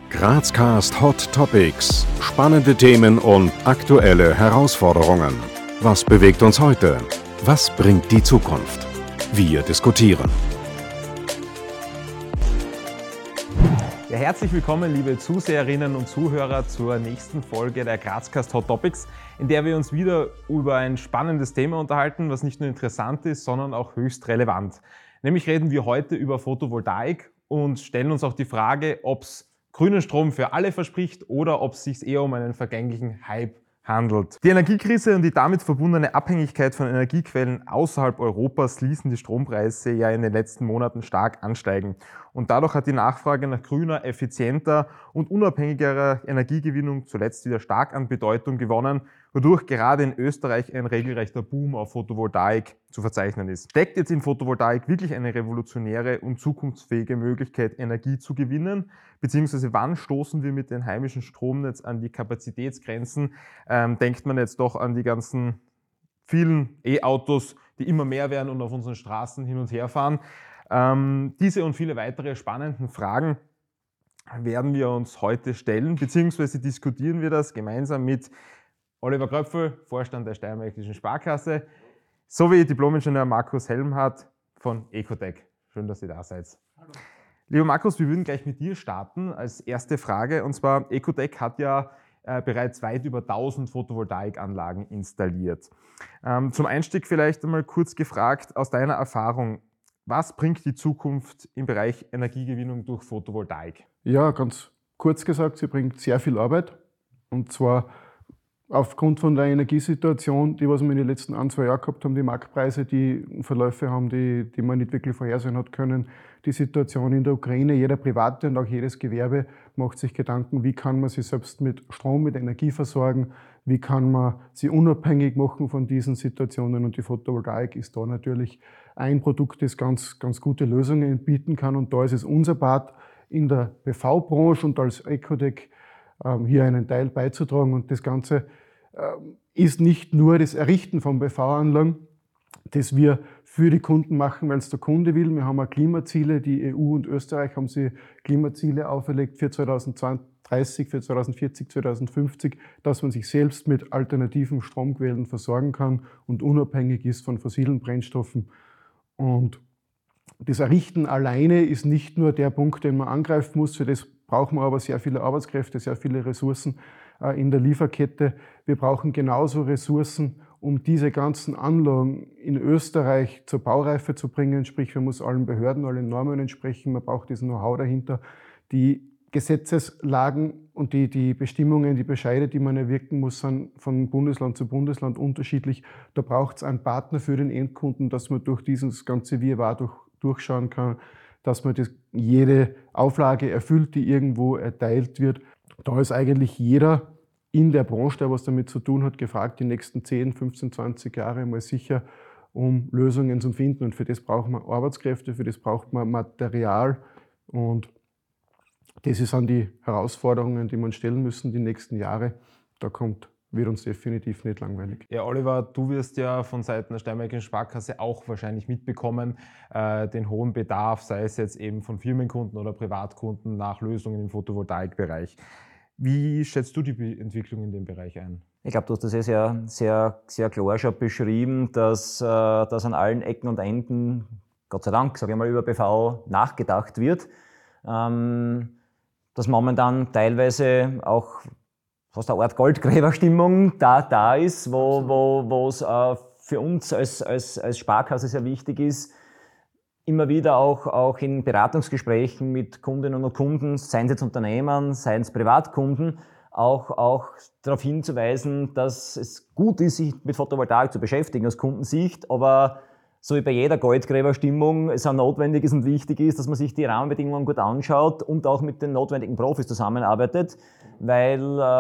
Grazcast Hot Topics. Spannende Themen und aktuelle Herausforderungen. Was bewegt uns heute? Was bringt die Zukunft? Wir diskutieren. Ja, herzlich willkommen, liebe Zuseherinnen und Zuhörer, zur nächsten Folge der Grazcast Hot Topics, in der wir uns wieder über ein spannendes Thema unterhalten, was nicht nur interessant ist, sondern auch höchst relevant. Nämlich reden wir heute über Photovoltaik und stellen uns auch die Frage, ob es grünen Strom für alle verspricht oder ob es sich eher um einen vergänglichen Hype handelt. Die Energiekrise und die damit verbundene Abhängigkeit von Energiequellen außerhalb Europas ließen die Strompreise ja in den letzten Monaten stark ansteigen. Und dadurch hat die Nachfrage nach grüner, effizienter und unabhängigerer Energiegewinnung zuletzt wieder stark an Bedeutung gewonnen, wodurch gerade in Österreich ein regelrechter Boom auf Photovoltaik zu verzeichnen ist. Steckt jetzt in Photovoltaik wirklich eine revolutionäre und zukunftsfähige Möglichkeit, Energie zu gewinnen? Beziehungsweise wann stoßen wir mit dem heimischen Stromnetz an die Kapazitätsgrenzen? Denkt man jetzt doch an die ganzen vielen E-Autos, die immer mehr werden und auf unseren Straßen hin und her fahren. Diese und viele weitere spannenden Fragen werden wir uns heute stellen, beziehungsweise diskutieren wir das gemeinsam mit Oliver Kröpfel, Vorstand der Steiermärkischen Sparkasse, sowie Diplom-Ingenieur Markus Helmhardt von Ecotec. Schön, dass ihr da seid. Hallo. Lieber Markus, wir würden gleich mit dir starten als erste Frage. Und zwar, Ecotec hat ja bereits weit über 1000 Photovoltaikanlagen installiert. Zum Einstieg vielleicht einmal kurz gefragt, aus deiner Erfahrung, was bringt die Zukunft im Bereich Energiegewinnung durch Photovoltaik? Ja, ganz kurz gesagt, sie bringt sehr viel Arbeit. Und zwar aufgrund von der Energiesituation, die was wir in den letzten 1-2 Jahren gehabt haben, die Marktpreise, die Verläufe haben, die man nicht wirklich vorhersehen hat können, die Situation in der Ukraine, jeder Private und auch jedes Gewerbe macht sich Gedanken, wie kann man sich selbst mit Strom, mit Energie versorgen, wie kann man sie unabhängig machen von diesen Situationen, und die Photovoltaik ist da natürlich ein Produkt, das ganz gute Lösungen bieten kann, und da ist es unser Part in der PV-Branche und als Ecotec hier einen Teil beizutragen. Und das Ganze ist nicht nur das Errichten von PV-Anlagen, das wir für die Kunden machen, weil es der Kunde will. Wir haben auch Klimaziele, die EU und Österreich haben sie Klimaziele auferlegt für 2030, für 2040, 2050, dass man sich selbst mit alternativen Stromquellen versorgen kann und unabhängig ist von fossilen Brennstoffen. Und das Errichten alleine ist nicht nur der Punkt, den man angreifen muss. Für das brauchen wir aber sehr viele Arbeitskräfte, sehr viele Ressourcen in der Lieferkette. Wir brauchen genauso Ressourcen, um diese ganzen Anlagen in Österreich zur Baureife zu bringen. Sprich, wir müssen allen Behörden, allen Normen entsprechen. Man braucht diesen Know-how dahinter. Die Gesetzeslagen und die Bestimmungen, die Bescheide, die man erwirken muss, sind von Bundesland zu Bundesland unterschiedlich. Da braucht es einen Partner für den Endkunden, dass man durch dieses ganze Wirrwarr durchschauen kann, dass man jede Auflage erfüllt, die irgendwo erteilt wird. Da ist eigentlich jeder in der Branche, der was damit zu tun hat, gefragt, die nächsten 10, 15, 20 Jahre mal sicher, um Lösungen zu finden. Und für das braucht man Arbeitskräfte, für das braucht man Material. Und das sind die Herausforderungen, die man stellen müssen die nächsten Jahre. Da wird uns definitiv nicht langweilig. Ja, Oliver, du wirst ja von Seiten der Steiermärkischen Sparkasse auch wahrscheinlich mitbekommen, den hohen Bedarf, sei es jetzt eben von Firmenkunden oder Privatkunden nach Lösungen im Photovoltaikbereich. Wie schätzt du die Entwicklung in dem Bereich ein? Ich glaube, du hast das ja sehr klar schon beschrieben, dass an allen Ecken und Enden, Gott sei Dank, sage ich mal, über PV nachgedacht wird. Dass momentan teilweise auch fast eine Art Goldgräberstimmung da ist, wo es für uns als Sparkasse sehr wichtig ist, immer wieder auch in Beratungsgesprächen mit Kundinnen und Kunden, seien es jetzt Unternehmen, seien es Privatkunden, auch darauf hinzuweisen, dass es gut ist, sich mit Photovoltaik zu beschäftigen aus Kundensicht, aber so wie bei jeder Goldgräberstimmung es auch notwendig ist und wichtig ist, dass man sich die Rahmenbedingungen gut anschaut und auch mit den notwendigen Profis zusammenarbeitet, weil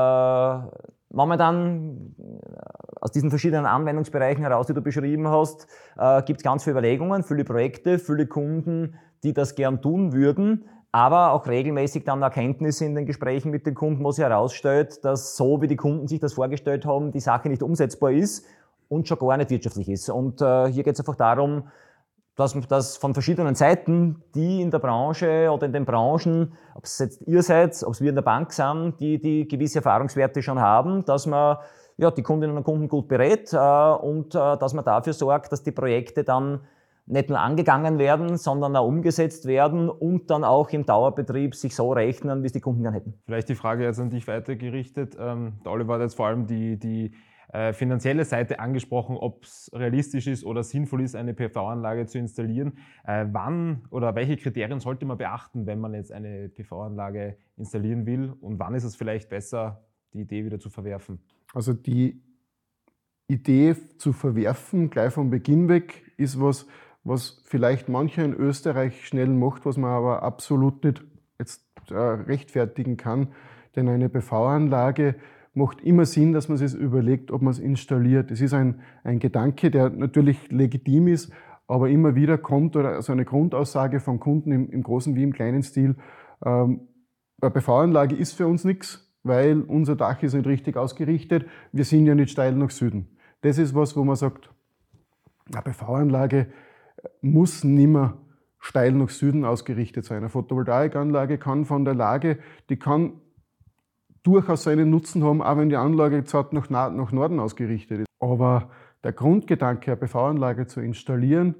momentan aus diesen verschiedenen Anwendungsbereichen heraus, die du beschrieben hast, gibt es ganz viele Überlegungen, viele Projekte, viele Kunden, die das gern tun würden, aber auch regelmäßig dann Erkenntnisse in den Gesprächen mit den Kunden, wo sich herausstellt, dass so wie die Kunden sich das vorgestellt haben, die Sache nicht umsetzbar ist und schon gar nicht wirtschaftlich ist. Und hier geht es einfach darum, dass von verschiedenen Seiten, die in der Branche oder in den Branchen, ob es jetzt ihr seid, ob es wir in der Bank sind, die gewisse Erfahrungswerte schon haben, dass man die Kundinnen und Kunden gut berät und dass man dafür sorgt, dass die Projekte dann nicht nur angegangen werden, sondern auch umgesetzt werden und dann auch im Dauerbetrieb sich so rechnen, wie es die Kunden gern hätten. Vielleicht die Frage jetzt an dich weitergerichtet. Der Oliver hat jetzt vor allem die finanzielle Seite angesprochen, ob es realistisch ist oder sinnvoll ist, eine PV-Anlage zu installieren. Wann oder welche Kriterien sollte man beachten, wenn man jetzt eine PV-Anlage installieren will? Und wann ist es vielleicht besser, die Idee wieder zu verwerfen? Also die Idee zu verwerfen, gleich vom Beginn weg, ist was vielleicht mancher in Österreich schnell macht, was man aber absolut nicht jetzt rechtfertigen kann. Denn eine PV-Anlage macht immer Sinn, dass man sich überlegt, ob man es installiert. Es ist ein Gedanke, der natürlich legitim ist, aber immer wieder kommt, oder also eine Grundaussage von Kunden im großen wie im kleinen Stil, eine PV-Anlage ist für uns nichts, weil unser Dach ist nicht richtig ausgerichtet, wir sind ja nicht steil nach Süden. Das ist was, wo man sagt, eine PV-Anlage muss nimmer steil nach Süden ausgerichtet sein. Eine Photovoltaikanlage kann von der Lage, die kann durchaus seinen Nutzen haben, auch wenn die Anlage jetzt nach Norden ausgerichtet ist. Aber der Grundgedanke, eine PV-Anlage zu installieren,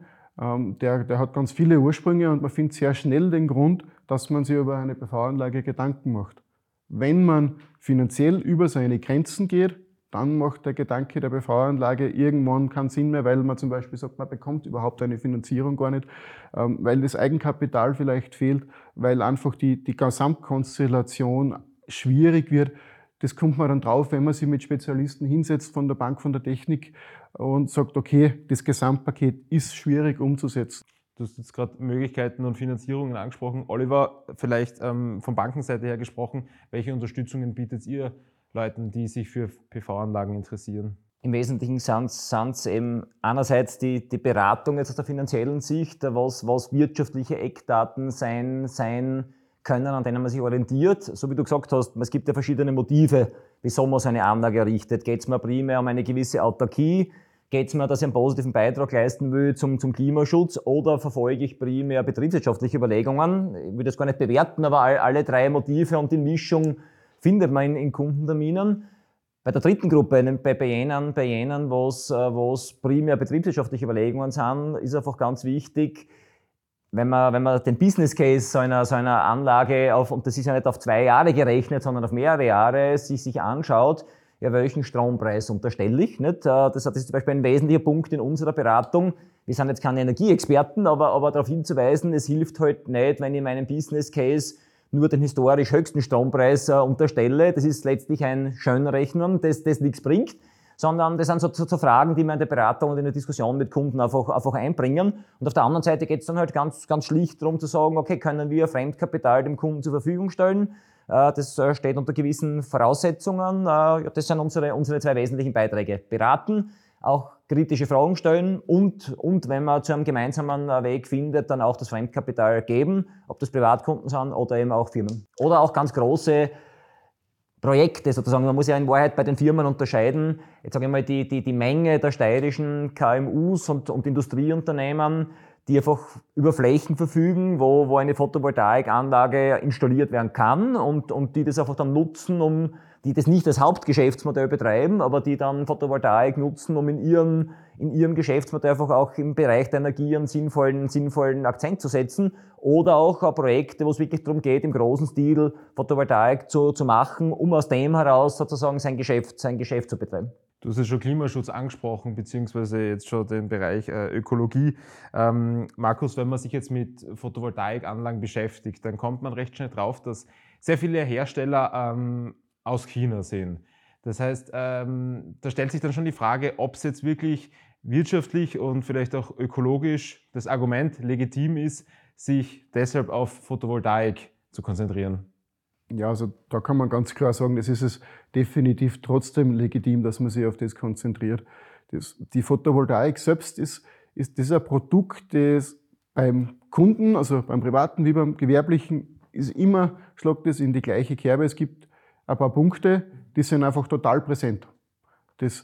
der hat ganz viele Ursprünge und man findet sehr schnell den Grund, dass man sich über eine PV-Anlage Gedanken macht. Wenn man finanziell über seine Grenzen geht, dann macht der Gedanke der PV-Anlage irgendwann keinen Sinn mehr, weil man zum Beispiel sagt, man bekommt überhaupt eine Finanzierung gar nicht, weil das Eigenkapital vielleicht fehlt, weil einfach die Gesamtkonstellation schwierig wird. Das kommt man dann drauf, wenn man sich mit Spezialisten hinsetzt von der Bank, von der Technik und sagt, okay, das Gesamtpaket ist schwierig umzusetzen. Du hast jetzt gerade Möglichkeiten und Finanzierungen angesprochen. Oliver, vielleicht von Bankenseite her gesprochen, welche Unterstützungen bietet ihr Leuten, die sich für PV-Anlagen interessieren? Im Wesentlichen sind es eben einerseits die Beratung jetzt aus der finanziellen Sicht, was wirtschaftliche Eckdaten sein können, an denen man sich orientiert. So wie du gesagt hast, es gibt ja verschiedene Motive, wieso man so eine Anlage errichtet. Geht es mir primär um eine gewisse Autarkie? Geht es mir, dass ich einen positiven Beitrag leisten will zum Klimaschutz? Oder verfolge ich primär betriebswirtschaftliche Überlegungen? Ich will das gar nicht bewerten, aber alle drei Motive und die Mischung findet man in Kundenterminen. Bei der dritten Gruppe, bei jenen, wo es primär betriebswirtschaftliche Überlegungen sind, ist einfach ganz wichtig, wenn man den Business Case so einer Anlage und das ist ja nicht auf 2 Jahre gerechnet, sondern auf mehrere Jahre, sich anschaut, ja, welchen Strompreis unterstelle ich, nicht? Das ist zum Beispiel ein wesentlicher Punkt in unserer Beratung. Wir sind jetzt keine Energieexperten, aber darauf hinzuweisen, es hilft halt nicht, wenn ich meinem Business Case nur den historisch höchsten Strompreis unterstelle. Das ist letztlich ein Schönrechnen, das nichts bringt, sondern das sind so Fragen, die wir in der Beratung und in der Diskussion mit Kunden einfach einbringen. Und auf der anderen Seite geht es dann halt ganz schlicht darum zu sagen, okay, können wir Fremdkapital dem Kunden zur Verfügung stellen? Das steht unter gewissen Voraussetzungen. Das sind unsere 2 wesentlichen Beiträge. Beraten, auch kritische Fragen stellen und wenn man zu einem gemeinsamen Weg findet, dann auch das Fremdkapital geben, ob das Privatkunden sind oder eben auch Firmen. Oder auch ganz große Projekte sozusagen. Man muss ja in Wahrheit bei den Firmen unterscheiden. Jetzt sage ich mal, die Menge der steirischen KMUs und Industrieunternehmen, die einfach über Flächen verfügen, wo eine Photovoltaikanlage installiert werden kann und die das einfach dann nutzen, die das nicht als Hauptgeschäftsmodell betreiben, aber die dann Photovoltaik nutzen, um in ihrem Geschäftsmodell einfach auch im Bereich der Energie einen sinnvollen Akzent zu setzen. Oder auch Projekte, wo es wirklich darum geht, im großen Stil Photovoltaik zu machen, um aus dem heraus sozusagen sein Geschäft zu betreiben. Du hast ja schon Klimaschutz angesprochen, beziehungsweise jetzt schon den Bereich Ökologie. Markus, wenn man sich jetzt mit Photovoltaikanlagen beschäftigt, dann kommt man recht schnell drauf, dass sehr viele Hersteller aus China sind. Das heißt, da stellt sich dann schon die Frage, ob es jetzt wirklich wirtschaftlich und vielleicht auch ökologisch das Argument legitim ist, sich deshalb auf Photovoltaik zu konzentrieren. Ja, also da kann man ganz klar sagen, das ist es definitiv trotzdem legitim, dass man sich auf das konzentriert. Die Photovoltaik selbst ist ein Produkt, das beim Kunden, also beim Privaten wie beim Gewerblichen, schlägt es in die gleiche Kerbe. Es gibt ein paar Punkte, die sind einfach total präsent.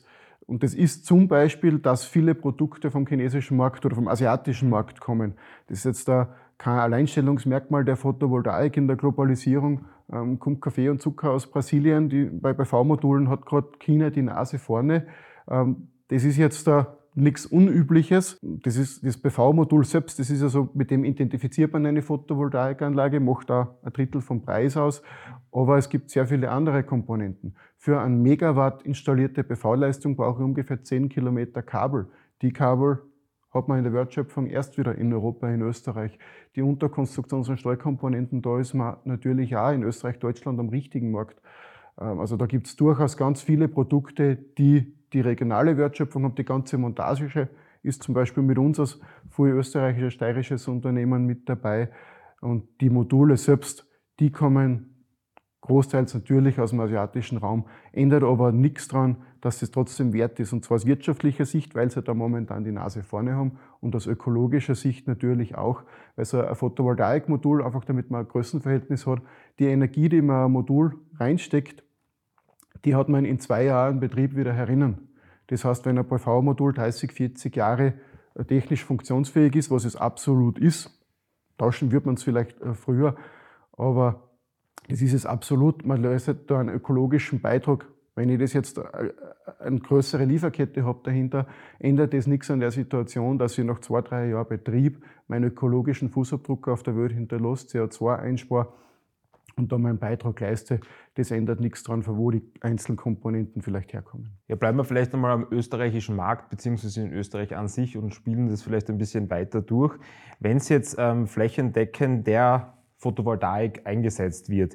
Und das ist zum Beispiel, dass viele Produkte vom chinesischen Markt oder vom asiatischen Markt kommen. Das ist jetzt da kein Alleinstellungsmerkmal der Photovoltaik in der Globalisierung. Kommt Kaffee und Zucker aus Brasilien, bei PV-Modulen hat gerade China die Nase vorne. Das ist jetzt da nichts Unübliches. Das PV-Modul selbst, das ist also, mit dem identifiziert man eine Photovoltaikanlage, macht da 1/3 vom Preis aus. Aber es gibt sehr viele andere Komponenten. Für 1 Megawatt installierte PV-Leistung brauche ich ungefähr 10 Kilometer Kabel. Die Kabel hat man in der Wertschöpfung erst wieder in Europa, in Österreich. Die Unterkonstruktions- und Steuerkomponenten, da ist man natürlich auch in Österreich, Deutschland am richtigen Markt. Also da gibt es durchaus ganz viele Produkte, die regionale Wertschöpfung haben. Die ganze Montage ist zum Beispiel mit uns als früher österreichisches, steirisches Unternehmen mit dabei. Und die Module selbst, die kommen großteils natürlich aus dem asiatischen Raum, ändert aber nichts daran, dass es trotzdem wert ist. Und zwar aus wirtschaftlicher Sicht, weil sie da momentan die Nase vorne haben, und aus ökologischer Sicht natürlich auch, weil so ein Photovoltaikmodul, einfach damit man ein Größenverhältnis hat, die Energie, die man in ein Modul reinsteckt, die hat man in 2 Jahren Betrieb wieder herinnen. Das heißt, wenn ein PV-Modul 30, 40 Jahre technisch funktionsfähig ist, was es absolut ist, tauschen wird man es vielleicht früher, aber das ist es absolut. Man leistet da einen ökologischen Beitrag. Wenn ich das jetzt eine größere Lieferkette habe dahinter, ändert das nichts an der Situation, dass ich nach 2, 3 Jahren Betrieb meinen ökologischen Fußabdruck auf der Welt hinterlasse, CO2 einspare und da meinen Beitrag leiste. Das ändert nichts daran, von wo die einzelnen Komponenten vielleicht herkommen. Ja, bleiben wir vielleicht einmal am österreichischen Markt beziehungsweise in Österreich an sich und spielen das vielleicht ein bisschen weiter durch. Wenn es jetzt flächendeckend der Photovoltaik eingesetzt wird.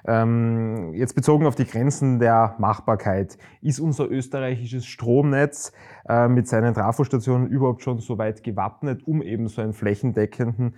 Jetzt bezogen auf die Grenzen der Machbarkeit, ist unser österreichisches Stromnetz mit seinen Trafostationen überhaupt schon so weit gewappnet, um eben so einen flächendeckenden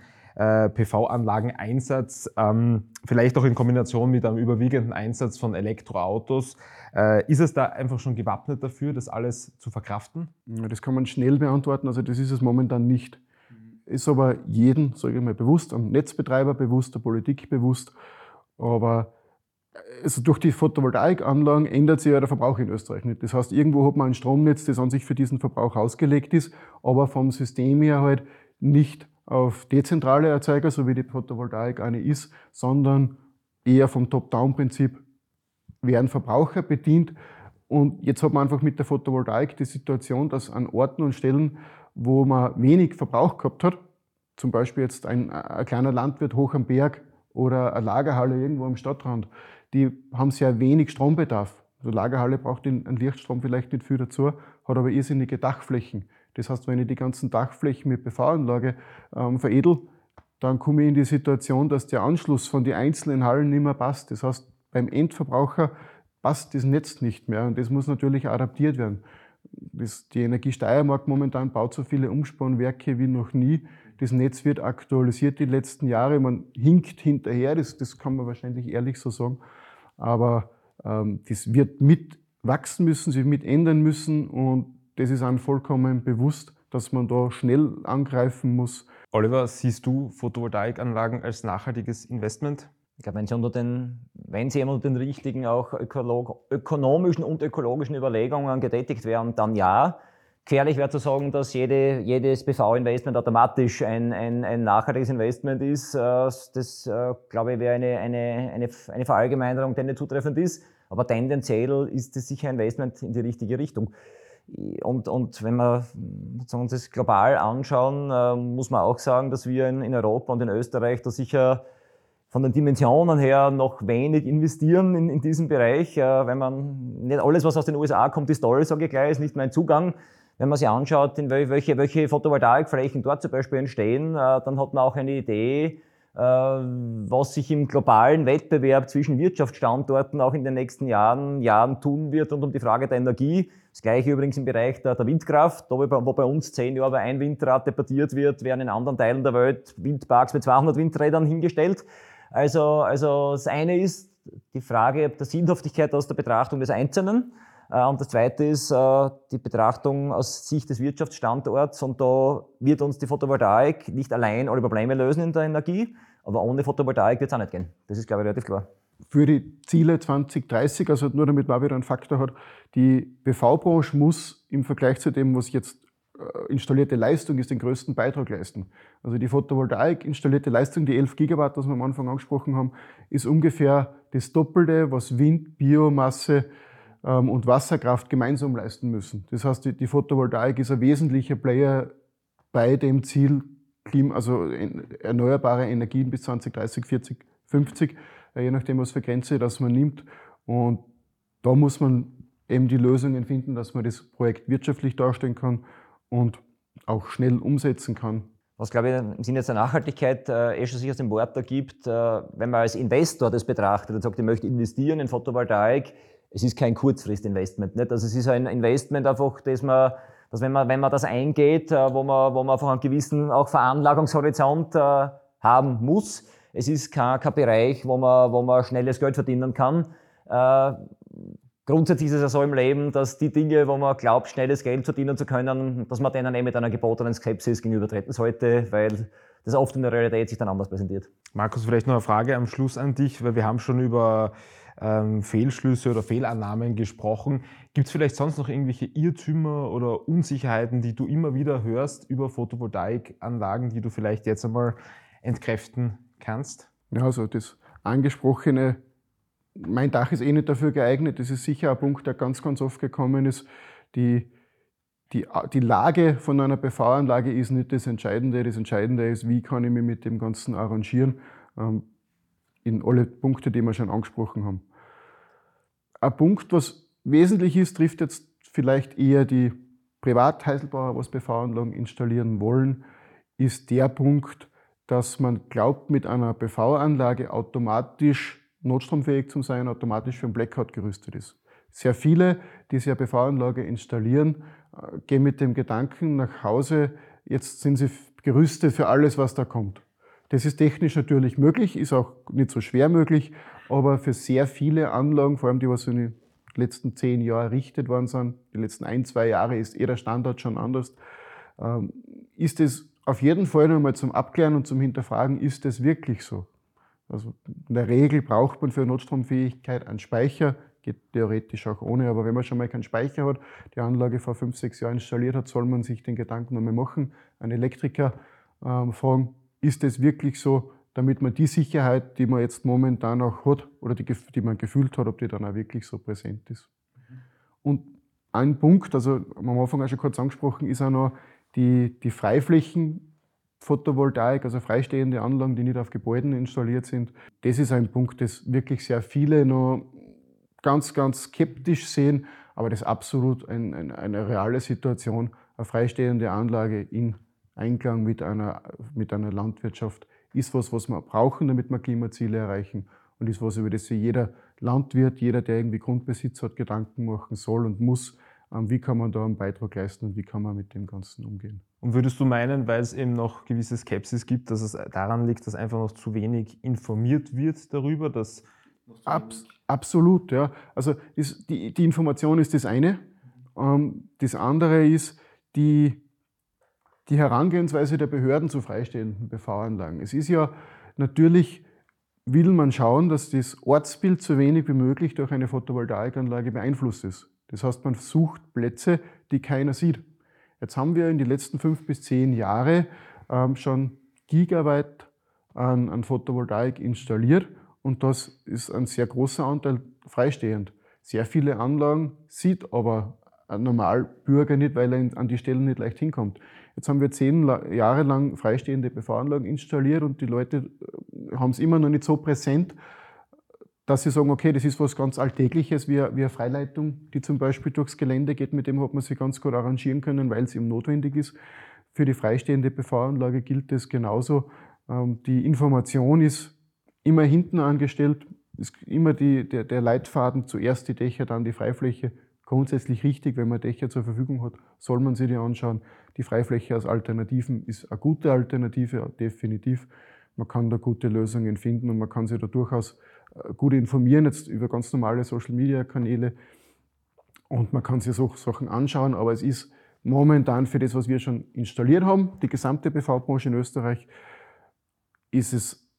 PV-Anlageneinsatz, vielleicht auch in Kombination mit einem überwiegenden Einsatz von Elektroautos, ist es da einfach schon gewappnet dafür, das alles zu verkraften? Das kann man schnell beantworten, also das ist es momentan nicht. Ist aber jedem, sage ich mal, bewusst, am Netzbetreiber bewusst, der Politik bewusst. Aber also durch die Photovoltaikanlagen ändert sich ja der Verbrauch in Österreich nicht. Das heißt, irgendwo hat man ein Stromnetz, das an sich für diesen Verbrauch ausgelegt ist, aber vom System her halt nicht auf dezentrale Erzeuger, so wie die Photovoltaik eine ist, sondern eher vom Top-Down-Prinzip werden Verbraucher bedient. Und jetzt hat man einfach mit der Photovoltaik die Situation, dass an Orten und Stellen, wo man wenig Verbrauch gehabt hat, zum Beispiel jetzt ein kleiner Landwirt hoch am Berg oder eine Lagerhalle irgendwo am Stadtrand, die haben sehr wenig Strombedarf. Also Lagerhalle braucht einen Lichtstrom vielleicht nicht viel dazu, hat aber irrsinnige Dachflächen. Das heißt, wenn ich die ganzen Dachflächen mit PV-Anlage veredel, dann komme ich in die Situation, dass der Anschluss von den einzelnen Hallen nicht mehr passt. Das heißt, beim Endverbraucher passt das Netz nicht mehr und das muss natürlich adaptiert werden. Die Energie Steiermark momentan baut so viele Umspannwerke wie noch nie. Das Netz wird aktualisiert die letzten Jahre. Man hinkt hinterher, das kann man wahrscheinlich ehrlich so sagen. Aber das wird mit wachsen müssen, sich mit ändern müssen und das ist einem vollkommen bewusst, dass man da schnell angreifen muss. Oliver, siehst du Photovoltaikanlagen als nachhaltiges Investment? Ich glaube, wenn sie unter den richtigen auch ökonomischen und ökologischen Überlegungen getätigt werden, dann ja. Gefährlich wäre zu sagen, dass jedes PV-Investment automatisch ein nachhaltiges Investment ist. Das glaube ich, wäre eine Verallgemeinerung, die nicht zutreffend ist. Aber tendenziell ist es sicher ein Investment in die richtige Richtung. Und wenn wir uns das global anschauen, muss man auch sagen, dass wir in Europa und in Österreich da sicher von den Dimensionen her noch wenig investieren in diesem Bereich. Wenn man nicht alles, was aus den USA kommt, ist toll, sage ich gleich, ist nicht mein Zugang. Wenn man sich anschaut, welche Photovoltaikflächen dort zum Beispiel entstehen, dann hat man auch eine Idee, was sich im globalen Wettbewerb zwischen Wirtschaftsstandorten auch in den nächsten Jahren tun wird rund um die Frage der Energie. Das Gleiche übrigens im Bereich der Windkraft, wo bei uns 10 Jahre bei ein Windrad debattiert wird, werden in anderen Teilen der Welt Windparks mit 200 Windrädern hingestellt. Also das eine ist die Frage der Sinnhaftigkeit aus der Betrachtung des Einzelnen. Und das zweite ist die Betrachtung aus Sicht des Wirtschaftsstandorts. Und da wird uns die Photovoltaik nicht allein alle Probleme lösen in der Energie, aber ohne Photovoltaik wird es auch nicht gehen. Das ist, glaube ich, relativ klar. für die Ziele 2030, also nur damit man wieder einen Faktor hat, die PV-Branche muss im Vergleich zu dem, was jetzt installierte Leistung ist, den größten Beitrag leisten. Also die Photovoltaik installierte Leistung, die 11 Gigawatt, was wir am Anfang angesprochen haben, ist ungefähr das Doppelte, was Wind, Biomasse und Wasserkraft gemeinsam leisten müssen. Das heißt, die Photovoltaik ist ein wesentlicher Player bei dem Ziel, also erneuerbare Energien bis 2030, 40, 50, je nachdem, was für Grenze das man nimmt. Und da muss man eben die Lösungen finden, dass man das Projekt wirtschaftlich darstellen kann und auch schnell umsetzen kann. Was, glaube ich, im Sinne der Nachhaltigkeit schon sich aus dem Wort ergibt, wenn man als Investor das betrachtet und sagt, ich möchte investieren in Photovoltaik, es ist kein Kurzfristinvestment. Nicht? Also es ist ein Investment einfach, dass wenn man das eingeht, wo man einfach einen gewissen auch Veranlagungshorizont haben muss. Es ist kein Bereich, wo man schnelles Geld verdienen kann. Grundsätzlich ist es ja so im Leben, dass die Dinge, wo man glaubt, schnelles Geld verdienen zu können, dass man denen mit einer gebotenen Skepsis gegenübertreten sollte, weil das oft in der Realität sich dann anders präsentiert. Markus, vielleicht noch eine Frage am Schluss an dich, weil wir haben schon über Fehlschlüsse oder Fehlannahmen gesprochen. Gibt es vielleicht sonst noch irgendwelche Irrtümer oder Unsicherheiten, die du immer wieder hörst über Photovoltaikanlagen, die du vielleicht jetzt einmal entkräften kannst? Ja, also das angesprochene, mein Dach ist nicht dafür geeignet, das ist sicher ein Punkt, der ganz, ganz oft gekommen ist. Die Lage von einer PV-Anlage ist nicht das Entscheidende. Das Entscheidende ist, wie kann ich mich mit dem Ganzen arrangieren, in alle Punkte, die wir schon angesprochen haben. Ein Punkt, was wesentlich ist, trifft jetzt vielleicht eher die Privatheiselbauer, was PV-Anlagen installieren wollen, ist der Punkt, dass man glaubt, mit einer PV-Anlage automatisch notstromfähig zu sein, automatisch für einen Blackout gerüstet ist. Sehr viele, die sich eine PV-Anlage installieren, gehen mit dem Gedanken nach Hause, jetzt sind sie gerüstet für alles, was da kommt. Das ist technisch natürlich möglich, ist auch nicht so schwer möglich, aber für sehr viele Anlagen, vor allem die, was in den letzten 10 Jahren errichtet worden sind, die letzten 1-2 Jahre ist der Standard schon anders, ist es auf jeden Fall nochmal zum Abklären und zum Hinterfragen, ist das wirklich so? Also in der Regel braucht man für Notstromfähigkeit einen Speicher, geht theoretisch auch ohne, aber wenn man schon mal keinen Speicher hat, die Anlage vor 5-6 Jahren installiert hat, soll man sich den Gedanken nochmal machen, einen Elektriker fragen, ist das wirklich so, damit man die Sicherheit, die man jetzt momentan auch hat oder die man gefühlt hat, ob die dann auch wirklich so präsent ist. Und ein Punkt, also am Anfang auch schon kurz angesprochen, ist auch noch die Freiflächen, Photovoltaik, also freistehende Anlagen, die nicht auf Gebäuden installiert sind. Das ist ein Punkt, das wirklich sehr viele noch ganz, ganz skeptisch sehen, aber das ist absolut eine reale Situation, eine freistehende Anlage in Einklang mit einer Landwirtschaft ist was wir brauchen, damit wir Klimaziele erreichen und ist was, über das sich jeder Landwirt, jeder, der irgendwie Grundbesitz hat, Gedanken machen soll und muss, wie kann man da einen Beitrag leisten und wie kann man mit dem Ganzen umgehen. Und würdest du meinen, weil es eben noch gewisse Skepsis gibt, dass es daran liegt, dass einfach noch zu wenig informiert wird darüber? Dass Absolut, ja. Also die Information ist das eine. Das andere ist die Herangehensweise der Behörden zu freistehenden PV-Anlagen. Es ist ja natürlich, will man schauen, dass das Ortsbild so wenig wie möglich durch eine Photovoltaikanlage beeinflusst ist. Das heißt, man sucht Plätze, die keiner sieht. Jetzt haben wir in den letzten 5 bis 10 Jahren schon Gigawatt an Photovoltaik installiert und das ist ein sehr großer Anteil freistehend. Sehr viele Anlagen sieht aber ein Normalbürger nicht, weil er an die Stellen nicht leicht hinkommt. Jetzt haben wir 10 Jahre lang freistehende PV-Anlagen installiert und die Leute haben es immer noch nicht so präsent, dass sie sagen, okay, das ist was ganz Alltägliches, wie eine Freileitung, die zum Beispiel durchs Gelände geht, mit dem hat man sich ganz gut arrangieren können, weil es eben notwendig ist. Für die freistehende PV-Anlage gilt das genauso. Die Information ist immer hinten angestellt, ist immer der Leitfaden, zuerst die Dächer, dann die Freifläche. Grundsätzlich richtig, wenn man Dächer zur Verfügung hat, soll man sich die anschauen. Die Freifläche als Alternativen ist eine gute Alternative, definitiv. Man kann da gute Lösungen finden und man kann sich da durchaus gut informieren, jetzt über ganz normale Social-Media-Kanäle und man kann sich so Sachen anschauen, aber es ist momentan für das, was wir schon installiert haben, die gesamte PV-Branche in Österreich, ist es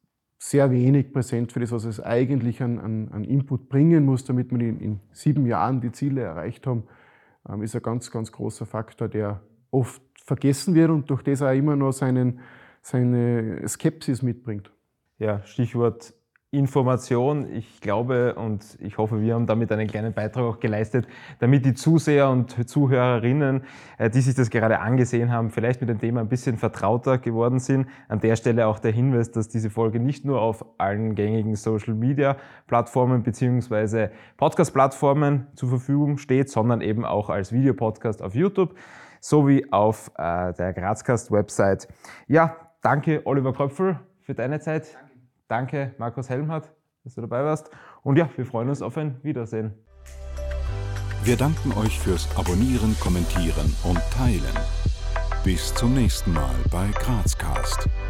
sehr wenig präsent für das, was es eigentlich an Input bringen muss, damit wir in 7 Jahren die Ziele erreicht haben, ist ein ganz, ganz großer Faktor, der oft vergessen wird und durch das auch immer noch seine Skepsis mitbringt. Ja, Stichwort Information. Ich glaube und ich hoffe, wir haben damit einen kleinen Beitrag auch geleistet, damit die Zuseher und Zuhörerinnen, die sich das gerade angesehen haben, vielleicht mit dem Thema ein bisschen vertrauter geworden sind. An der Stelle auch der Hinweis, dass diese Folge nicht nur auf allen gängigen Social-Media-Plattformen bzw. Podcast-Plattformen zur Verfügung steht, sondern eben auch als Videopodcast auf YouTube sowie auf der Grazcast-Website. Ja, danke Oliver Kröpfel für deine Zeit. Danke Markus Helmhardt, dass du dabei warst. Und ja, wir freuen uns auf ein Wiedersehen. Wir danken euch fürs Abonnieren, Kommentieren und Teilen. Bis zum nächsten Mal bei Grazcast.